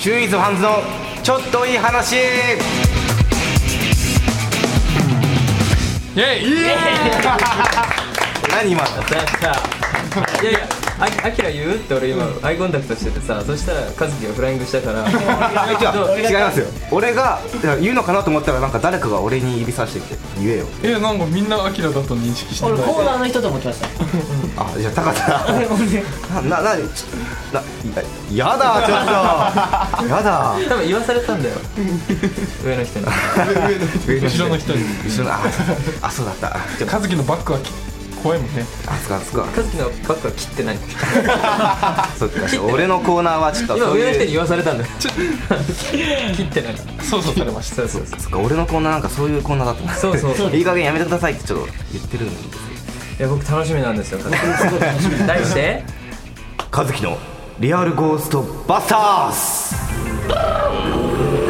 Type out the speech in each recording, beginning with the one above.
シューイズファンズのちょっといい話。 イエイ何今の。 いやいや、アキラ言うって俺今アイコンタクトしててさ、そしたらカズキがフライングしたから違いますよ。俺が言うのかなと思ったらなんか誰かが俺に指さしてきて言えよ。 なんかみんなアキラだと認識してた。 俺コーナーの人と思ってました。 あ、じゃあ高田やだちょっとやだ。 多分言わされたんだよ上の人に後ろの人に。 後ろのあ、そうだった。 カズキのバックは怖いもんね。 あそこカズキのバックは切ってないそっか、俺のコーナーはちょっと今そういう上の人に言わされたんだよ切ってないそうされました。 そうそっか、俺のコーナーなんかそういうコーナーだと思ってそういい加減やめてくださいってちょっと言ってるんですよ。 いや僕楽しみなんですよ。題して和樹のリアルゴーストバスターズ。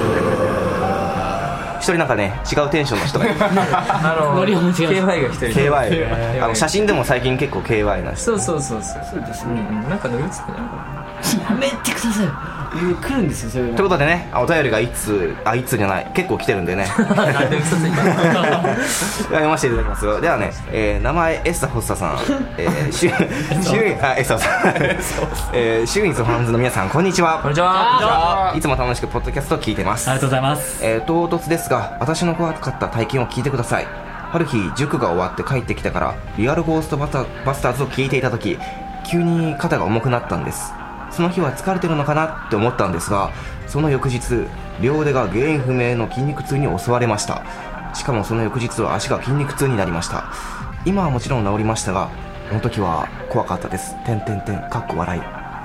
一人なんかね違うテンションの人がいるノリも違う KY が一人 KY 写真でも最近結構 KY なんです。 そうそうですね。 なんか乗りつくねやめてください。来るんですよそういうの。 ということでね、お便りが一通じゃない結構来てるんでねなんで嘘ついた読ませていただきますよ。ではね、名前エッサホッサさん、エッサさんシューインズファンズの皆さんこんにちは。 こんにちは。 いつも楽しくポッドキャストを聞いてます。 ありがとうございます。 唐突ですが私の怖かった体験を聞いてください。ある日塾が終わって帰ってきてからリアルゴーストバスターズを聞いていた時、急に肩が重くなったんです。その日は疲れてるのかなって思ったんですが、その翌日両腕が原因不明の筋肉痛に襲われました。しかもその翌日は足が筋肉痛になりました。今はもちろん治りましたが、この時は怖かったです。かっこ笑い。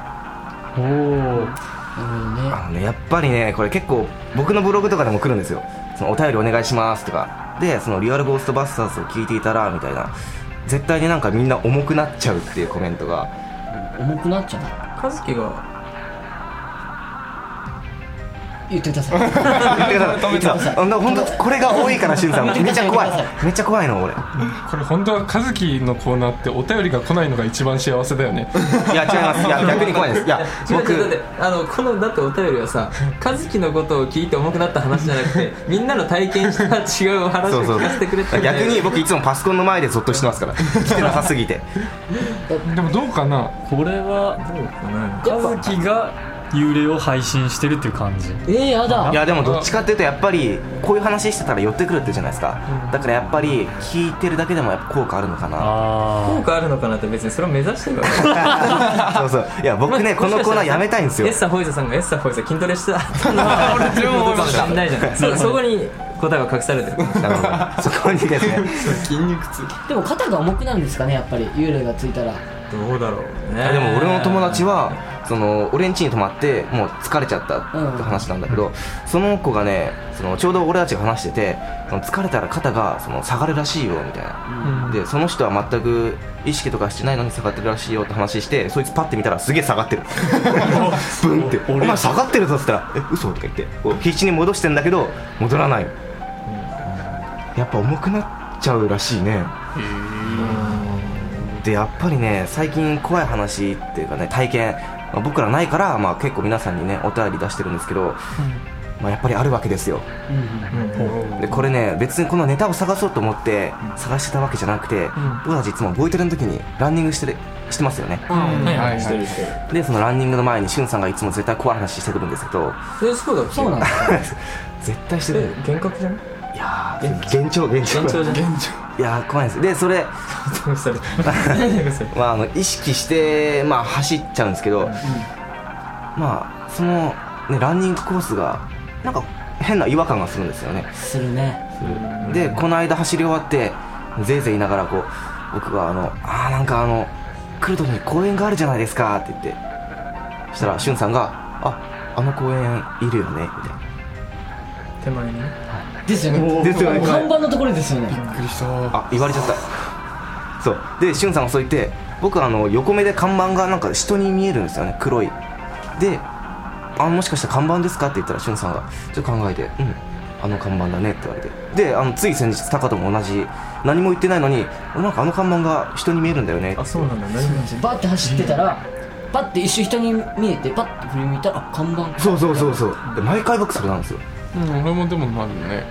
やっぱりねこれ結構僕のブログとかでも来るんですよ。そのお便りお願いしますとかで、そのリアルゴーストバスターズを聞いていたらみたいな、絶対になんかみんな重くなっちゃうっていうコメントが。 重くなっちゃう。 カズキが言ってください。 本当これが多いからしゅんさんめっちゃ怖いの俺。 これ本当はカズキのコーナーってお便りが来ないのが一番幸せだよね。 いや違います。いや逆に怖いです。いや僕だってだってお便りはさ、カズキのことを聞いて重くなった話じゃなくてみんなの体験した違う話を聞かせてくれた。 逆に僕いつもパソコンの前でゾッとしてますから来てなさすぎて。 でもどうかな、 これは和樹が幽霊を配信してるっていう感じ。 やだ。 いやでもどっちかっていうとやっぱりこういう話してたら寄ってくるってじゃないですか。だからやっぱり聞いてるだけでもやっぱ効果あるのかな。 効果あるのかなって別にそれを目指してるわけそういや僕ねこのコーナーやめたいんですよ。 エッサホイザさんがエッサホイザ筋トレしてた俺自分も思いました。ないじゃないそこに答えが隠されてる。 そこにですね筋肉痛。 でも肩が重くなるんですかね、やっぱり幽霊がついたら。 どうだろうね。 でも俺の友達は俺ん家に泊まってもう疲れちゃったって話なんだけど、その子がねちょうど俺たちが話してて、疲れたら肩が下がるらしいよみたいな、でその人は全く意識とかしてないのに下がってるらしいよって話して、そいつパッて見たらすげえ下がってるブンってお前下がってるぞって言ったら嘘とか言って必死に戻してんだけど戻らない。やっぱ重くなっちゃうらしいね。でやっぱりね最近怖い話っていうかね体験、僕らないから、結構皆さんにねお便り出してるんですけど、やっぱりあるわけですよ。でこれね別にこのネタを探そうと思って探してたわけじゃなくて、僕たちいつもボイトレの時にランニングしてますよね。でそのランニングの前にしゅんさんがいつも絶対怖い話してくるんですけど、 そうなんです絶対してる。 幻覚じゃない？ いや幻聴じゃない。いや怖いです。でそれ意識して走っちゃうんですけど、そのねランニングコースがなんか変な違和感がするんですよね。 するね。 でこの間走り終わってぜいぜい言いながら僕がなんか来るときに公園があるじゃないですかって言って、そしたらしゅんさんがあの公園いるよねみたいな。 手前にですよね。看板のところですよね。 びっくりした。 言われちゃった。そうでしゅんさんがそう言って、僕横目で看板がなんか人に見えるんですよね、黒い。でもしかしたら看板ですかって言ったらしゅんさんがちょっと考えてあの看板だねって言われて、でつい先日タカとも同じ何も言ってないのになんか看板が人に見えるんだよね。 そうなんだ。 バーって走ってたらパッて一瞬人に見えてパッて振り向いたら看板。 そうで毎回僕それなんですよ。 俺もでもなるね。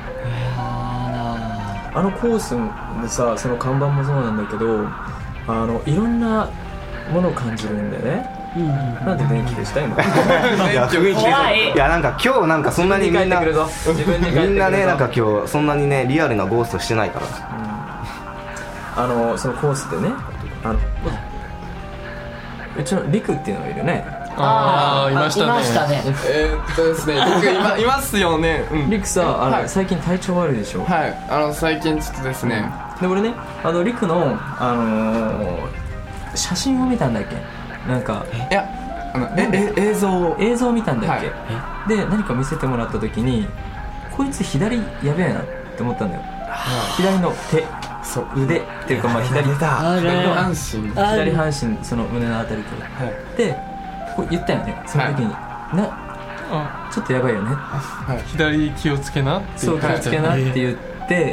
あのコースでさ、その看板もそうなんだけど、いろんなものを感じるんだよね。なんで電気でした今。 いやなんか今日なんかそんなにみんなねなんか今日そんなにねリアルなゴーストしてないから。 そのコースでね、うちのリクっていうのがいるよね。 いましたね。 いましたね。 ですね、僕いますよね。 リクさ、最近体調悪いでしょ。 はい、最近ちょっとですね。 で俺ね、リクの写真を見たんだっけ。なんかいや映像を見たんだっけ。で何か見せてもらった時に、こいつ左やべえなって思ったんだよ。左の手、腕っていうか左半身、その胸のあたりから。でこう言ったよね、その時に。ちょっとやばいよね。 左気をつけなって言って。 そう、気をつけなって言って、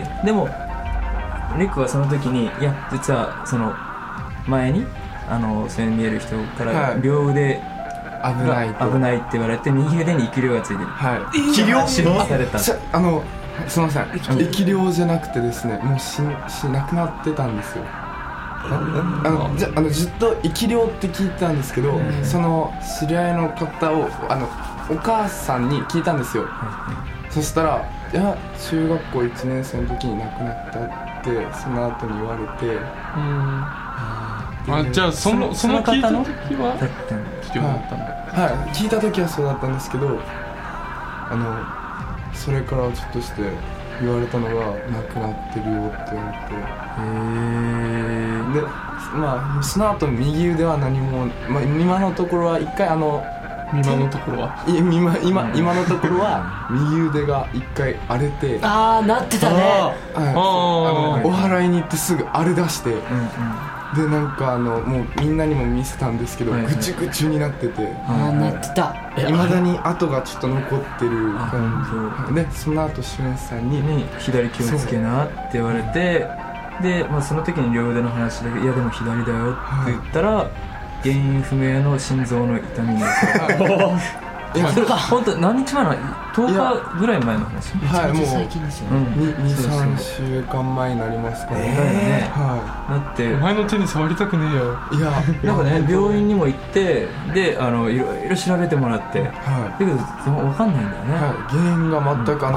でもリクはその時に、いや実はその前にそういう見える人から両腕が危ないって言われて、右腕に生き量がついてる。 生き量すいません、生き量じゃなくてですね、もう死なくなってたんですよ。ずっと生き量って聞いてたんですけど、その知り合いの方をお母さんに聞いたんですよ。そしたら、いや中学校1年生の時に亡くなったってその後に言われて。 じゃあその聞いた時は生き量だったんだ。 聞いた時はそうだったんですけど、それからちょっとして言われたのが、亡くなってるよって言われて。でその後右腕は何も、今のところは一回今のところは右腕が一回荒れて、 なってたね。 お祓いに行ってすぐ荒れ出して、でなんかもうみんなにも見せたんですけど、ぐちゅぐちゅになってて、 なってた。 いまだに跡がちょっと残ってる感じで、その後しゅんさんに左気をつけなって言われて、で、その時に両腕の話で、いやでも左だよって言ったら、原因不明の心臓の痛みにいや本当何日前の10日ぐらい前の話。 もう最近ですよね。 2、3週間前になりますからね。 だってお前の手に触りたくねえよ。 いやなんかね、病院にも行って、でいろいろ調べてもらって、だけど分かんないんだよね。 原因が全く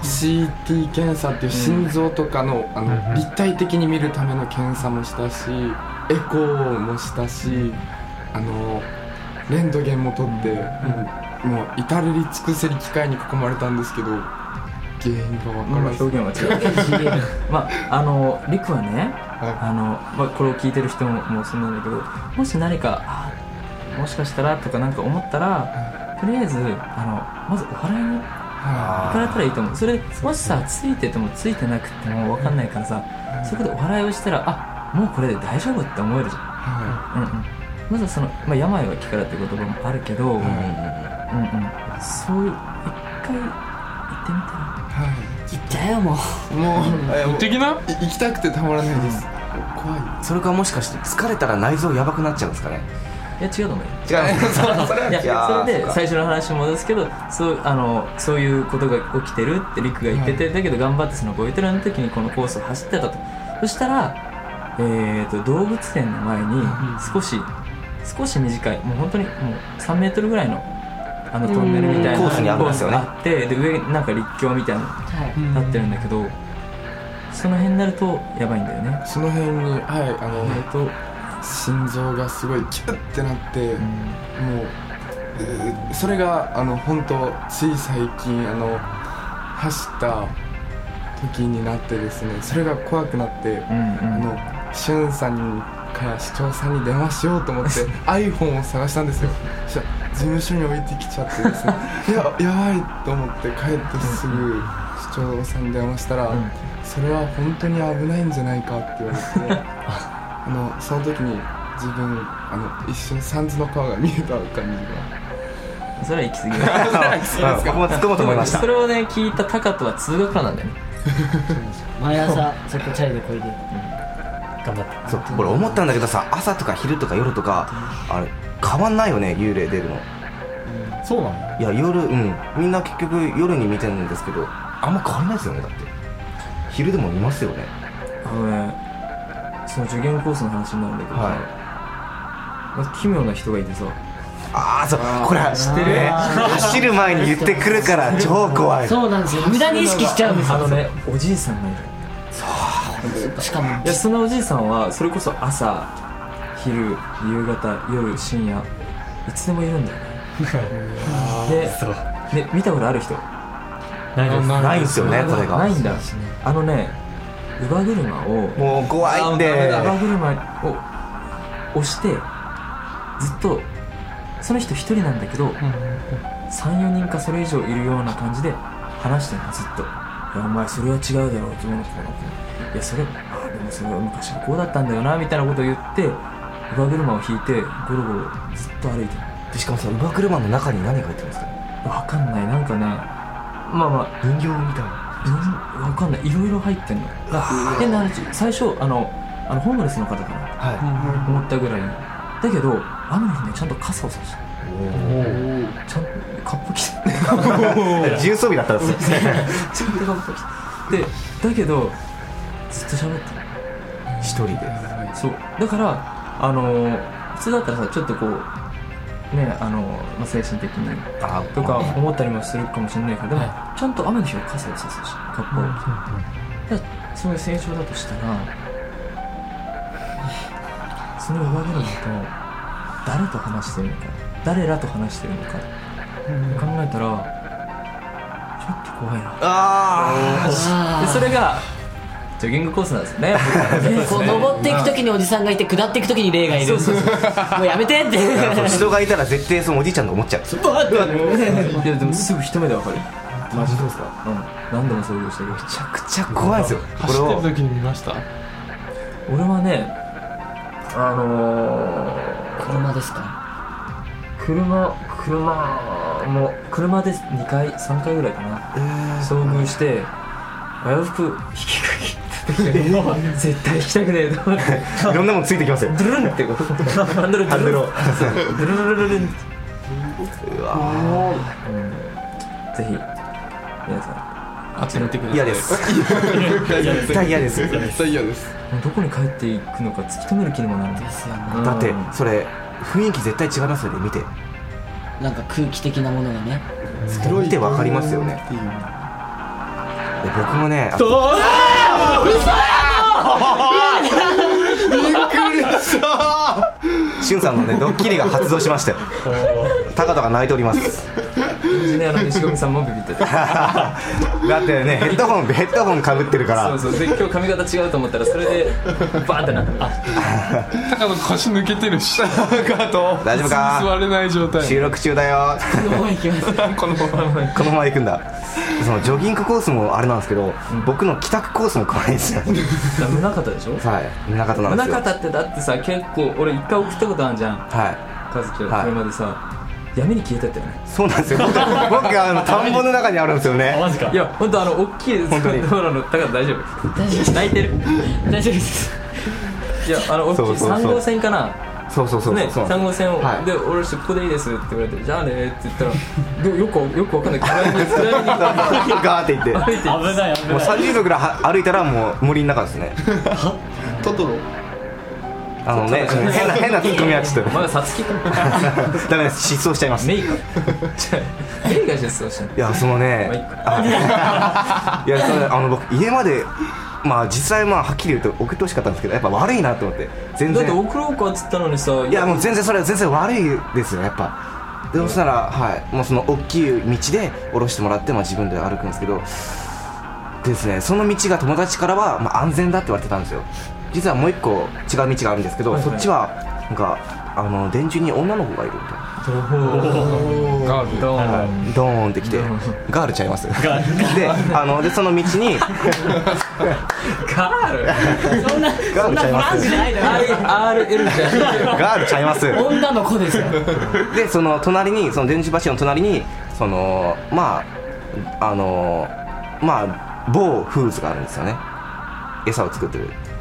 CT 検査っていう心臓とかの立体的に見るための検査もしたし、エコーもしたし、レントゲンも取って、もう至れり尽くせり機械に囲まれたんですけど、原因が分からず。 表現は違う。リクはね、これを聞いてる人もそうなんだけど、もし何かもしかしたらとかなんか思ったら、とりあえずまずお祓いに行かれたらいいと思う。それでもしさ、ついててもついてなくても分かんないからさ、そこでお祓いをしたら、もうこれで大丈夫って思えるじゃん。まずはその、病は気からって言葉もあるけど、そういう一回行ってみたら。 行ったよもう行ってきな。 行きたくてたまらないです。怖い。 それかもしかして疲れたら内臓やばくなっちゃうんですかね。 いや違うと思うよ。 違うそれで最初の話に戻すけど、そういうことが起きてるってリクが言ってて、だけど頑張ってそのボイトレの時にこのコースを走ってたと。そしたら動物園の前に少し短い、もう本当にもう3メートルぐらいのトンネルみたいなコースにあるんですよね。 あって、で上なんか立教みたいなの立ってるんだけど、その辺になるとやばいんだよね。 その辺に心臓がすごいキュッてなって、もうそれが本当つい最近走った時になってですね、それが怖くなって、しゅんさんから市長さんに電話しようと思って iPhone を探したんですよ。事務所に置いてきちゃってですねやばいと思って帰ってすぐ市長さんに電話したら、それは本当に危ないんじゃないかって言われてその時に自分一瞬サンズの川が見えた感じが。 それは行き過ぎだ。 僕も突っ込もうと思いました。 それをね聞いたタカトは通学路なんだよね。 毎朝そこチャリでこいで頑張って。 そう俺思ったんだけどさ、朝とか昼とか夜とかあれ変わんないよね、幽霊出るの。 そうなの？ いや夜、みんな結局夜に見てるんですけどあんま変わんないですよね。だって昼でも見ますよね。 その受験コースの話になるんだけど、まず奇妙な人がいてさ、 そうこれ知ってるね、走る前に言ってくるから超怖い。 そうなんですよ、無駄に意識しちゃうんですよ。 おじいさんがいる。 しかもいや、そのおじいさんはそれこそ朝昼夕方夜深夜いつでもいるんだよね。で、見たことある人ないです。 ないんですよね、これがないんだ。乳母車をもう怖いんで、 乳母車を押してずっとその人一人なんだけど、3、4人かそれ以上いるような感じで話してるのずっと。いやお前それは違うだろう、どうのこうのこうの、いやそれでもそれは昔はこうだったんだよなみたいなことを言って乳母車を引いてゴロゴロずっと歩いてる。 でしかもさ、乳母車の中に何が入ってるんですかね。 わかんない、なんかね、 人形みたいな。 わかんない、いろいろ入ってんの。変な話、最初ホームレスの方かな、思ったぐらいに。だけど雨の日ね、ちゃんと傘を差して、ちゃんとカッパ着て重装備だったんですよちゃんとカッパ着てで、だけどずっと喋ってる一人で。 そうだから普通だったらさ、ちょっとこうね、精神的にとか思ったりもするかもしれないけど、でもちゃんと雨の日は傘を差すし、カッパを着て、そういう成長だとしたら、その上着のと誰と話してるのか、誰らと話してるのか考えたらちょっと怖いな。でそれがジョギングコースなんですよね。 こう登っていくときにおじさんがいて、下っていくときに霊がいる。もうやめてって人がいたら絶対そのおじいちゃんと思っちゃう。 いやでもすぐ一目でわかる。 マジですか。 何度も遭遇したけど、めちゃくちゃ怖いですよ。 走ってる時に見ました。 俺はね、 車ですか。 車で2回3回ぐらいかな、遭遇して危うく引きかけ絶対引きたくねえと思っていろんなものついてきますよ。 ドゥルンってハンドルをドゥルルルルンって。 うわぜひ皆さん会ってみてください。 嫌です。絶対嫌です。 絶対嫌です。 どこに帰っていくのか突き止める気にもなるんですよ。 だってそれ雰囲気絶対違いますよね。見てなんか空気的なものがね、 見てわかりますよね。で僕もね、 びっくりした。 しゅんさんのねドッキリが発動しましたよ。タカトが泣いております。 エンジニアの西込さんもビビってた。 だってねヘッドホンかぶってるから。 そうで今日髪型違うと思ったらそれでバーンってなった。 タカト腰抜けてるし、 大丈夫か。 座れない状態。 収録中だよ。 このまま行きます。 このまま行くんだ。そのジョギングコースもあれなんですけど、僕の帰宅コースも怖いんですよ。 宗像でしょ。 はい、宗像なんですよ。 宗像ってだってさ、結構俺一回送ったことあるじゃん。 はい。 和樹は車でさ、闇に消えたったよね。 そうなんですよ。僕田んぼの中にあるんですよね。 マジか。 いや本当大きい本当に道路の高さ大丈夫。 大丈夫です。 泣いてる。 大丈夫です。 いや大きい3号線かな。 そうね、3号線を、 はい、 で俺ここでいいですって言われて、じゃあねって言ったらよくわかんない暗闇にガーって行って歩いて危ないもう30秒ぐらい歩いたらもう森の中ですね。 トトロ。 変なツッコミはちょっとまださつきかダメです、失踪しちゃいます。 メイかメイが失踪したの。 いやそのね、いやそれ僕家まで実際はっきり言うと送ってほしかったんですけど、やっぱ悪いなと思って。全然だって送ろうかっつったのにさ。 いやもう全然それは全然悪いですよやっぱ。でもそしたらはいもうその大きい道で降ろしてもらって自分で歩くんですけどですね、その道が友達からは安全だって言われてたんですよ。実はもう一個違う道があるんですけど、そっちはなんか電柱に女の子がいるみたいな。 ガールドーンドーンってきてガールちゃいます。でその道にガールそんなガールちゃいます。 フランスじゃないだろ。 IRL じゃん。 ガールちゃいます。 女の子ですよ。 でその隣にその電柱橋の隣にその某フーズがあるんですよね。餌を作ってる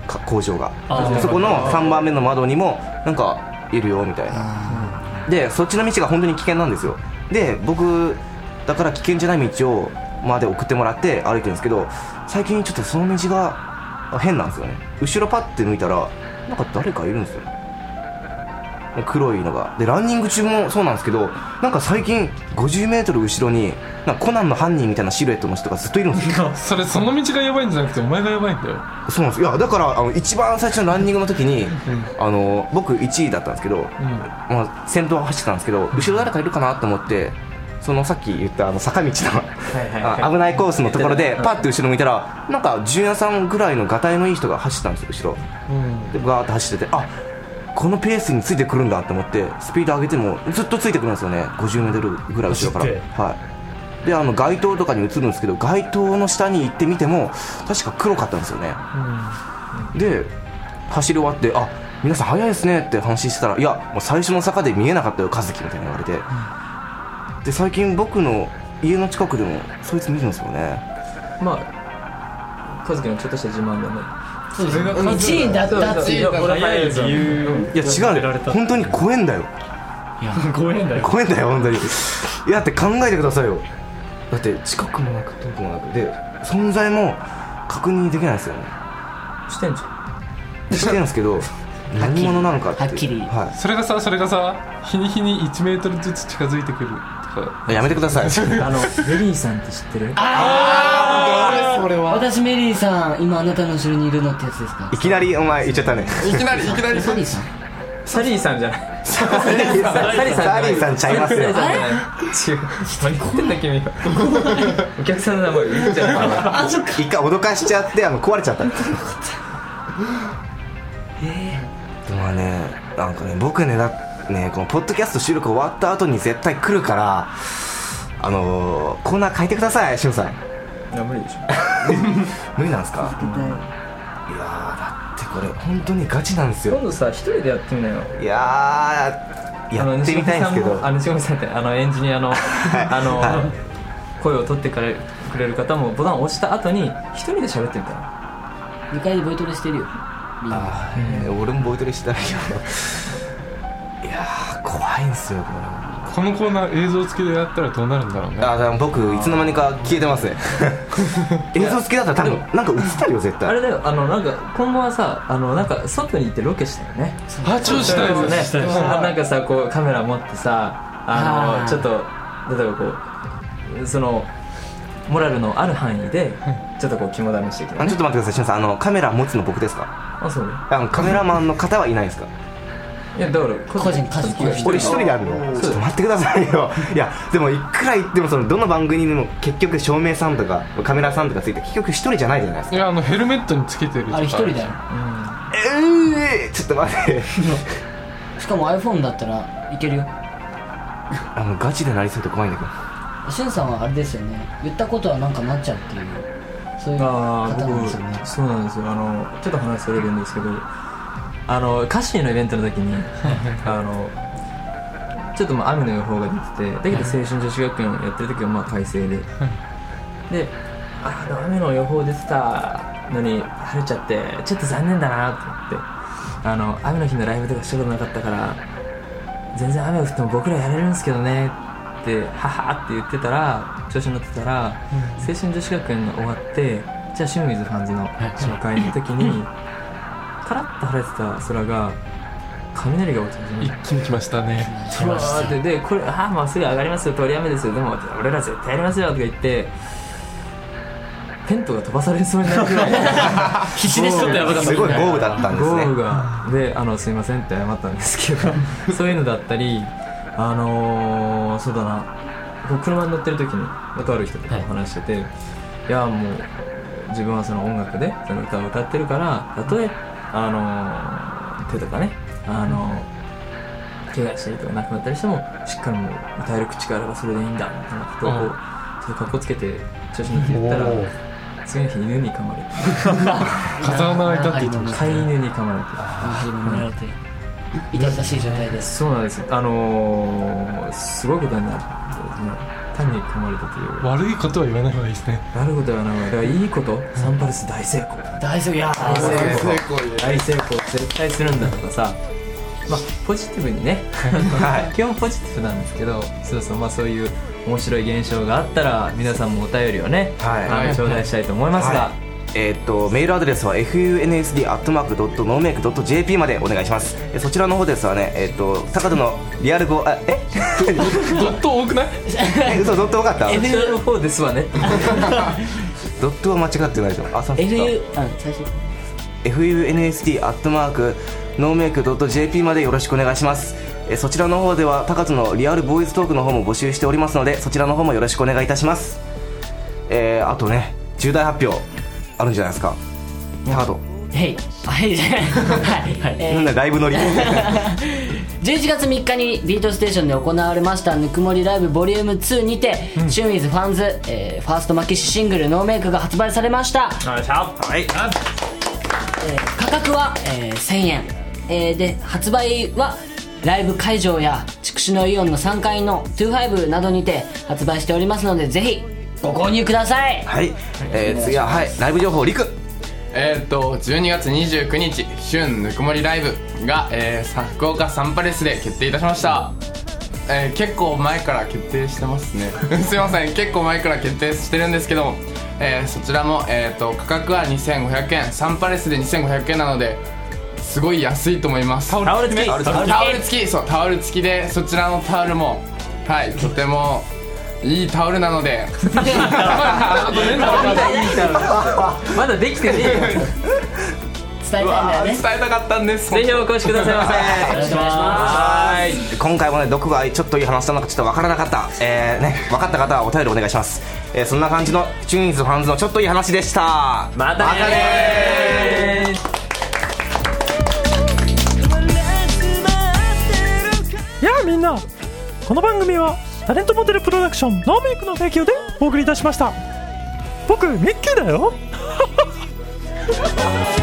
工場が。そこの3番目の窓にもなんかいるよみたいな。でそっちの道が本当に危険なんですよ。で僕だから危険じゃない道をまで送ってもらって歩いてるんですけど、最近ちょっとその道が変なんですよね。後ろパッて向いたらなんか誰かいるんですよね、黒いのが。でランニング中もそうなんですけど、なんか最近 50m 後ろになんかコナンの犯人みたいなシルエットの人がずっといるんですよ。 その道がやばいんじゃなくてお前がやばいんだよ。 そうなんです。いやだから一番最初のランニングの時に、僕1位だったんですけど、まあ、先頭走ってたんですけど、後ろ誰かいるかなと思ってそのさっき言った坂道の危ないコースのところでパッて後ろ向いたら、なんか純也さんぐらいのガタイのいい人が走ったんですよ後ろ、でガーッと走ってて、あこのペースについてくるんだと思ってスピード上げてもずっとついてくるんですよね、50m ぐらい後ろから。はいで街灯とかに映るんですけど、街灯の下に行ってみても確か黒かったんですよね、で走り終わってあ皆さん早いですねって話してたら、いやもう最初の坂で見えなかったよ和樹みたいに言われて、で最近僕の家の近くでもそいつ見るんですよね。 まあ和樹のちょっとした自慢だね。 1位だったっていう。 早い理由。 いや違うね、本当に怖えんだよ。 怖えんだよ。 怖えんだよ本当に。いやだって考えてくださいよ。だって近くもなく遠くもなくで存在も確認できないですよね。 してんじゃん。 してるんですけど何者なのかってはっきり、 はそれがさ日に日に1メートルずつ近づいてくるとか。 い、やめてください。 メリーさんって知ってる？ それは私メリーさん今あなたの後ろにいるのってやつですか？ いきなりお前言っちゃったね。 いきなりサリーさんサリーさんじゃない。 サリーさんちゃいますよ。 違う。何言ってんだ君は。お客さんの名前言っちゃう。 あそっか。 一回脅かしちゃって壊れちゃった。でもねなんかね僕ねこのポッドキャスト収録終わった後に絶対来るからコーナー変えてくださいしゅんさん。 いや無理でしょ。 無理なんですか？いやだってこれ本当にガチなんですよ。 今度さ一人でやってみなよ。 いややってみたいんですけど、 西込さんってエンジニアの声を取ってくれる方もボタンを押した後に一人で喋ってみたら。 2階でボイトレしてるよみんな。 俺もボイトレしてたけどいや怖いんですよこのコーナー映像付きでやったらどうなるんだろうね。 だから僕いつの間にか消えてますね。映像付きだったら多分なんか映ってるよ絶対。 あれだよなんか今後はさなんか外に行ってロケしたよね。 超したいですね。 なんかさこうカメラ持ってさちょっと例えばこうそのモラルのある範囲でちょっとこう肝試していきたい、ね、 ちょっと待ってくださいしゅんさんカメラ持つの僕ですか？ あそうね。 カメラマンの方はいないですか？ いやだから個人俺一人であるの？ちょっと待ってくださいよ。いやでもいくら言ってもどの番組にも結局照明さんとかカメラさんとかついて結局一人じゃないじゃないですか。 いやヘルメットにつけてるとか。 あれ一人だよ。 ちょっと待ってしかも iPhone だったらいけるよ。 ガチでなりそうで怖いんだけど。 しゅんさんはあれですよね、言ったことはなんかなっちゃうっていうそういう方なんですよね。 そうなんですよ。ちょっと話それるんですけどカッシーのイベントの時にちょっと雨の予報が出てて、だけど青春女子学園をやってる時はまあ快晴でで雨の予報出てたのに晴れちゃってちょっと残念だなと思って雨の日のライブとかしたことなかったから全然雨が降っても僕らやれるんですけどねってははって言ってたら調子に乗ってたら、青春女子学園が終わってじゃあ清水ファンズの紹介の時にカラッと晴れてた空が雷が落ちて一気に来ましたね。 来ました。でこれもうすぐ上がりますよ、通り雨ですよ、でも俺ら絶対やりますよとか言ってテントが飛ばされそうになるぐらい必死でちょっとやばかった。 すごい豪雨だったんですね。 豪雨がですいませんって謝ったんですけどそういうのだったりそうだな、車に乗ってる時にとある人と話してて、いやもう自分はその音楽でその歌を歌ってるからたとえ手とかね怪我したりとかなくなったりしてもしっかりもう歌える口があればそれでいいんだみたいなことをこうちょっとカッコつけて調子乗って言ったら次の日犬に噛まれて風穴開いたって言ってました。 飼い犬に噛まれて見られて痛々しい状態です。 そうなんです。すごいことになるんですね。 単に組まれたという悪いことは言わない方がいいですね。 悪いことは言わない方がいい。だからいいこと、サンパレス大成功、 大成功、いや大成功絶対するんだとかさ、まあポジティブにね基本ポジティブなんですけど、まあそういう面白い現象があったら皆さんもお便りをね、頂戴したいと思いますが、 メールアドレスは funsd@nomake.jp までお願いします。そちらの方ですはね、高田のリアル語、ドット多くない？ 嘘、ドット多かった？ そちらの方ですわねドットは間違ってないでしょ。funsd@nomake.jp までよろしくお願いします。そちらの方では高津のリアルボーイズトークの方も募集しておりますので、そちらの方もよろしくお願いいたします。あとね、重大発表あるんじゃないですか。高津はいじゃないなんだライブ乗り 11月3日にビートステーションで行われましたぬくもりライブボリューム2にて、シュンウィズファンズ、ファーストマキシシングルノーメイクが発売されました。 はい、 価格は、1000円、で発売はライブ会場や筑紫のイオンの3階の25などにて発売しておりますので、ぜひご購入ください。 はい、次は、ライブ情報、リク。 12月29日春ぬくもりライブが、福岡サンパレスで決定いたしました。結構前から決定してますねすいません、結構前から決定してるんですけど、そちらも、価格は2500円、サンパレスで2500円なのですごい安いと思います。 タオル付き、 そう、タオル付きで、そちらのタオルもとてもいいタオルなのでまだできてねえよ伝えたいんだよね。 伝えたかったんです。 ぜひお越しくださいませ。 よろしくお願いします。 今回もね、どこがちょっといい話したのかちょっと分からなかった、分かった方はお便りお願いします。そんな感じのチューンズファンズのちょっといい話でした。 またねやあみんな、この番組はタレントモデルプロダクションノーメイクの提供でお送りいたしました。僕ミッキーだよ